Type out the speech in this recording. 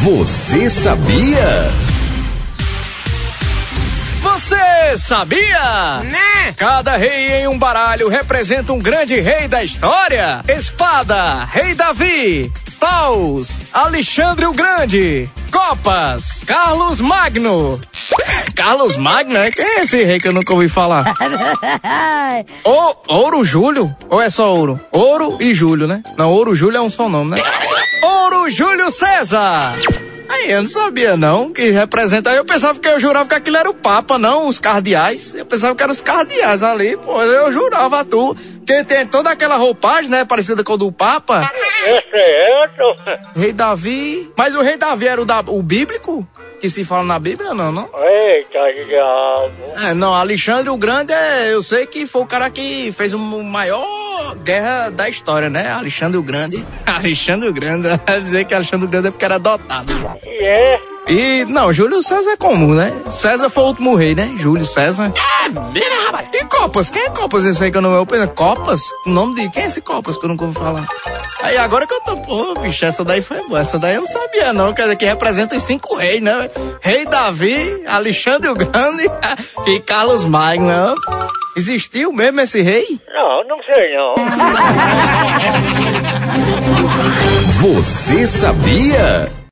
Você sabia? Você sabia? Né? Cada rei em um baralho representa um grande rei da história. Espada, Rei Davi. Paus, Alexandre o Grande. Copas, Carlos Magno. Carlos Magno? Quem é esse rei que eu nunca ouvi falar? Ouro Júlio? Ou é só ouro? Ouro e Júlio, né? Não, Ouro Júlio é um só nome, né? Ouro Júlio César. Aí, eu não sabia não, que representa, eu jurava que aquilo era o Papa, não, os cardeais, eu pensava que eram os cardeais ali, pô, eu jurava que tem toda aquela roupagem, né, parecida com o do Papa. É certo. Rei Davi, mas o Rei Davi era o bíblico? Que se fala na Bíblia, não? Eita, diabo. Não, Alexandre o Grande, eu sei que foi o cara que fez a maior guerra da história, né? Alexandre o Grande. Alexandre o Grande, dizer que Alexandre o Grande é porque era adotado. E, não, Júlio César é comum, né? César foi o último rei, né? Júlio César. Rapaz. E Copas? Quem é Copas esse aí que eu não ouvi? Copas? O nome de quem é esse Copas que eu nunca ouvi falar? Aí agora que eu tô, pô, bicho, essa daí foi boa. Essa daí eu não sabia não, quer dizer que representa os 5 reis, né? Rei Davi, Alexandre o Grande e Carlos Magno. Existiu mesmo esse rei? Não sei não. Você sabia?